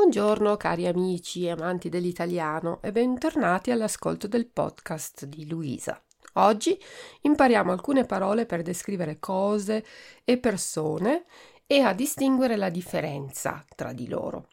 Buongiorno cari amici e amanti dell'italiano e bentornati all'ascolto del podcast di Luisa. Oggi impariamo alcune parole per descrivere cose e persone e a distinguere la differenza tra di loro.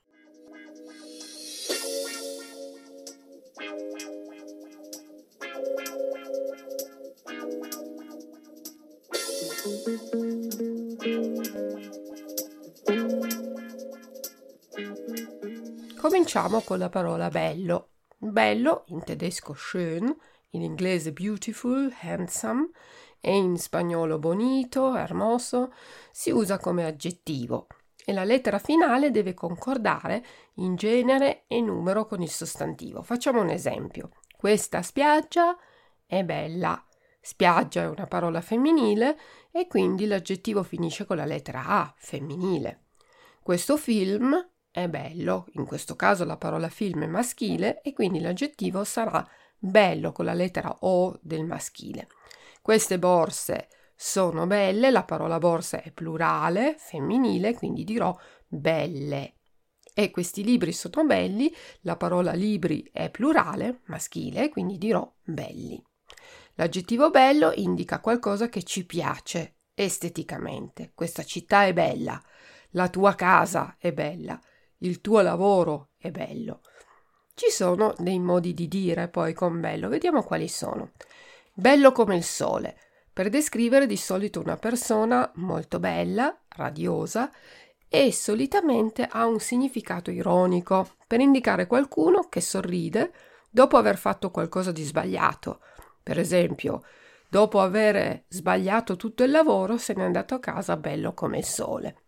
Cominciamo con la parola bello. Bello, in tedesco schön, in inglese beautiful, handsome e in spagnolo bonito, hermoso, si usa come aggettivo e la lettera finale deve concordare in genere e numero con il sostantivo. Facciamo un esempio. Questa spiaggia è bella. Spiaggia è una parola femminile e quindi l'aggettivo finisce con la lettera A, femminile. Questo film è bello, in questo caso la parola film è maschile e quindi l'aggettivo sarà bello con la lettera O del maschile. Queste borse sono belle, la parola borsa è plurale, femminile, quindi dirò belle. E questi libri sono belli, la parola libri è plurale, maschile, quindi dirò belli. L'aggettivo bello indica qualcosa che ci piace esteticamente. Questa città è bella, la tua casa è bella, il tuo lavoro è bello. Ci sono dei modi di dire poi con bello, vediamo quali sono. Bello come il sole, per descrivere di solito una persona molto bella, radiosa e solitamente ha un significato ironico, per indicare qualcuno che sorride dopo aver fatto qualcosa di sbagliato. Per esempio, dopo aver sbagliato tutto il lavoro se n'è andato a casa bello come il sole.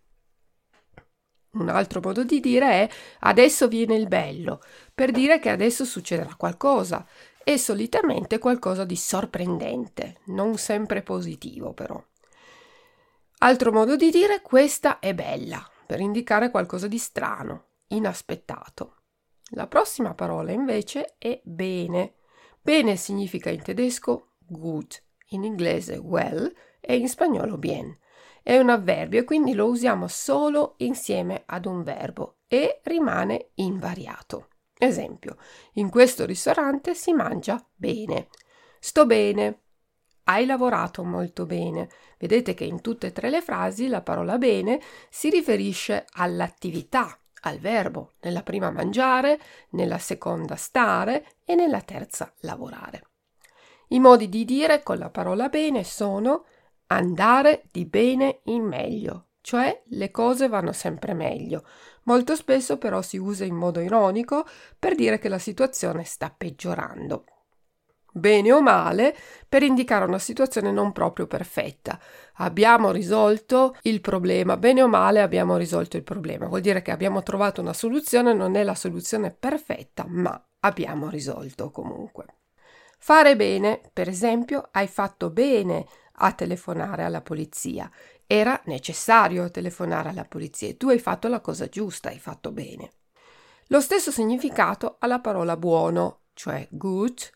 Un altro modo di dire è adesso viene il bello, per dire che adesso succederà qualcosa e solitamente qualcosa di sorprendente, non sempre positivo però. Altro modo di dire questa è bella, per indicare qualcosa di strano, inaspettato. La prossima parola invece è bene. Bene significa in tedesco gut, in inglese well e in spagnolo bien. È un avverbio e quindi lo usiamo solo insieme ad un verbo e rimane invariato. Esempio, in questo ristorante si mangia bene. Sto bene. Hai lavorato molto bene. Vedete che in tutte e tre le frasi la parola bene si riferisce all'attività, al verbo, nella prima mangiare, nella seconda stare e nella terza lavorare. I modi di dire con la parola bene sono andare di bene in meglio, cioè le cose vanno sempre meglio. Molto spesso però si usa in modo ironico per dire che la situazione sta peggiorando. Bene o male per indicare una situazione non proprio perfetta. Abbiamo risolto il problema, bene o male abbiamo risolto il problema. Vuol dire che abbiamo trovato una soluzione, non è la soluzione perfetta, ma abbiamo risolto comunque. Fare bene, per esempio, hai fatto bene a telefonare alla polizia. Era necessario telefonare alla polizia e tu hai fatto la cosa giusta, hai fatto bene. Lo stesso significato ha la parola buono, cioè good,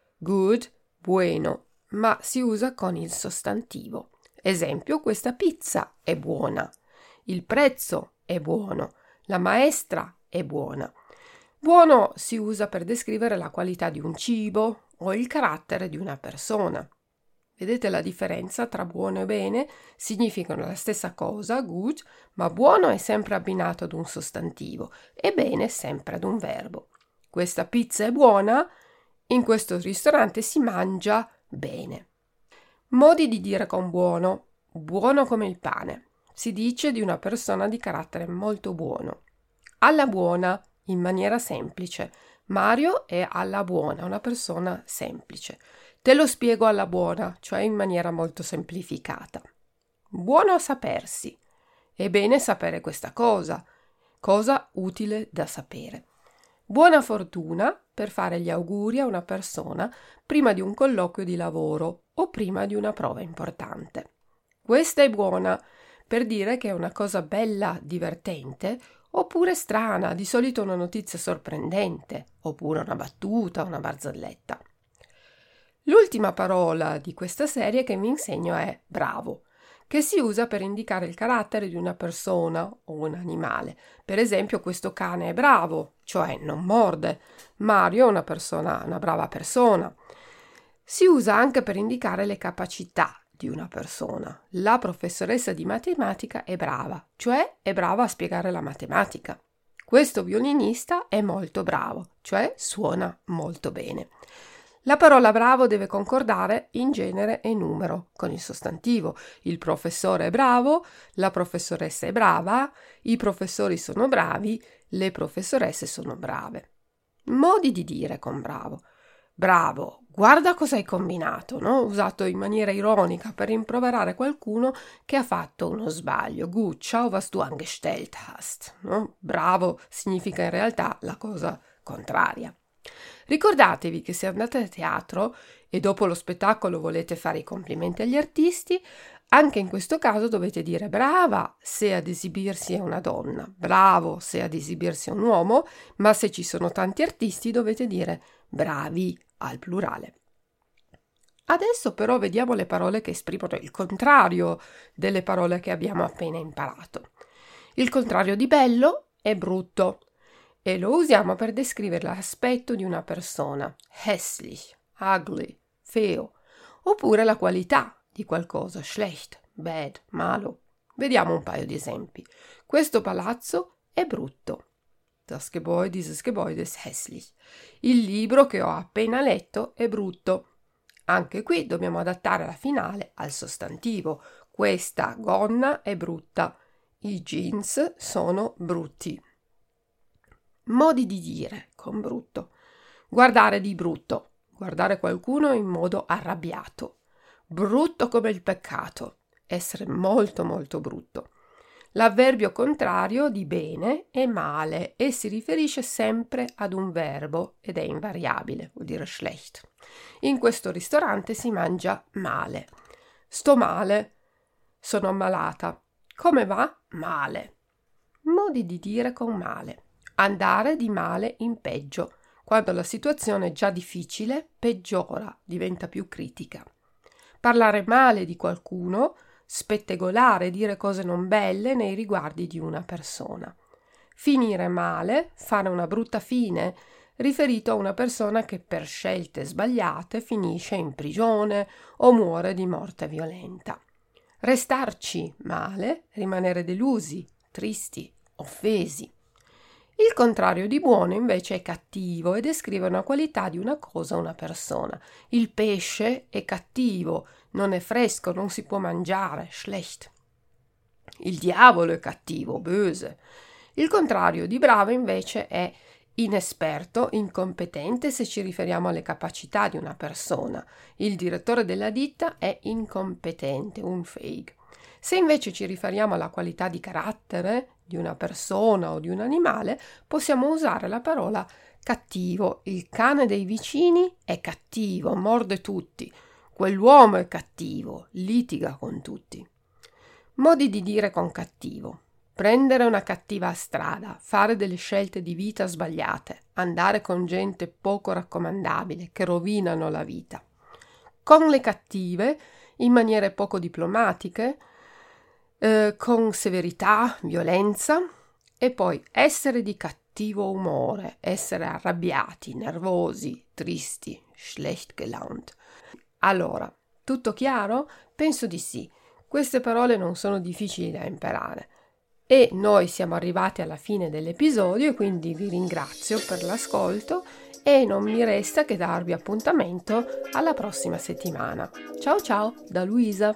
buono, ma si usa con il sostantivo. Esempio, questa pizza è buona, il prezzo è buono, la maestra è buona. Buono si usa per descrivere la qualità di un cibo o il carattere di una persona. Vedete la differenza tra buono e bene? Significano la stessa cosa, good, ma buono è sempre abbinato ad un sostantivo e bene sempre ad un verbo. Questa pizza è buona, in questo ristorante si mangia bene. Modi di dire con buono. Buono come il pane. Si dice di una persona di carattere molto buono. Alla buona, in maniera semplice. Mario è alla buona, una persona semplice. Te lo spiego alla buona, cioè in maniera molto semplificata. Buono a sapersi. È bene sapere questa cosa utile da sapere. Buona fortuna per fare gli auguri a una persona prima di un colloquio di lavoro o prima di una prova importante. Questa è buona per dire che è una cosa bella, divertente, oppure strana, di solito una notizia sorprendente, oppure una battuta, una barzelletta. L'ultima parola di questa serie che vi insegno è bravo, che si usa per indicare il carattere di una persona o un animale. Per esempio, questo cane è bravo, cioè non morde. Mario è una brava persona. Si usa anche per indicare le capacità di una persona. La professoressa di matematica è brava, cioè è brava a spiegare la matematica. Questo violinista è molto bravo, cioè suona molto bene. La parola bravo deve concordare in genere e numero con il sostantivo. Il professore è bravo, la professoressa è brava, i professori sono bravi, le professoresse sono brave. Modi di dire con bravo. Bravo, guarda cosa hai combinato, no? Usato in maniera ironica per rimproverare qualcuno che ha fatto uno sbaglio. Gut, schau, was du angestellt hast. No? Bravo significa in realtà la cosa contraria. Ricordatevi che se andate a teatro e dopo lo spettacolo volete fare i complimenti agli artisti, anche in questo caso dovete dire brava se ad esibirsi è una donna, bravo se ad esibirsi è un uomo, ma se ci sono tanti artisti dovete dire bravi al plurale. Adesso però vediamo le parole che esprimono il contrario delle parole che abbiamo appena imparato. Il contrario di bello è brutto e lo usiamo per descrivere l'aspetto di una persona, hässlich, ugly, feo, oppure la qualità di qualcosa, schlecht, bad, malo. Vediamo un paio di esempi. Questo palazzo è brutto. Dieses Gebäude ist hässlich. Il libro che ho appena letto è brutto. Anche qui dobbiamo adattare la finale al sostantivo. Questa gonna è brutta. I jeans sono brutti. Modi di dire con brutto. Guardare di brutto. Guardare qualcuno in modo arrabbiato. Brutto come il peccato. Essere molto molto brutto. L'avverbio contrario di bene è male e si riferisce sempre ad un verbo ed è invariabile, vuol dire schlecht. In questo ristorante si mangia male. Sto male, sono ammalata. Come va? Male. Modi di dire con male. Andare di male in peggio. Quando la situazione è già difficile, peggiora, diventa più critica. Parlare male di qualcuno, spettegolare, dire cose non belle nei riguardi di una persona. Finire male, fare una brutta fine, riferito a una persona che per scelte sbagliate finisce in prigione o muore di morte violenta. Restarci male, rimanere delusi, tristi, offesi. Il contrario di buono invece è cattivo e descrive una qualità di una cosa o una persona. Il pesce è cattivo, non è fresco, non si può mangiare, schlecht. Il diavolo è cattivo, böse. Il contrario di bravo invece è inesperto, incompetente se ci riferiamo alle capacità di una persona. Il direttore della ditta è incompetente, unfähig. Se invece ci riferiamo alla qualità di carattere di una persona o di un animale, possiamo usare la parola cattivo. Il cane dei vicini è cattivo, morde tutti. Quell'uomo è cattivo, litiga con tutti. Modi di dire con cattivo. Prendere una cattiva strada, fare delle scelte di vita sbagliate, andare con gente poco raccomandabile che rovinano la vita. Con le cattive, in maniere poco diplomatiche, con severità, violenza, e poi essere di cattivo umore, essere arrabbiati, nervosi, tristi, schlecht gelaunt. Allora, tutto chiaro? Penso di sì. Queste parole non sono difficili da imparare. E noi siamo arrivati alla fine dell'episodio e quindi vi ringrazio per l'ascolto e non mi resta che darvi appuntamento alla prossima settimana. Ciao ciao da Luisa!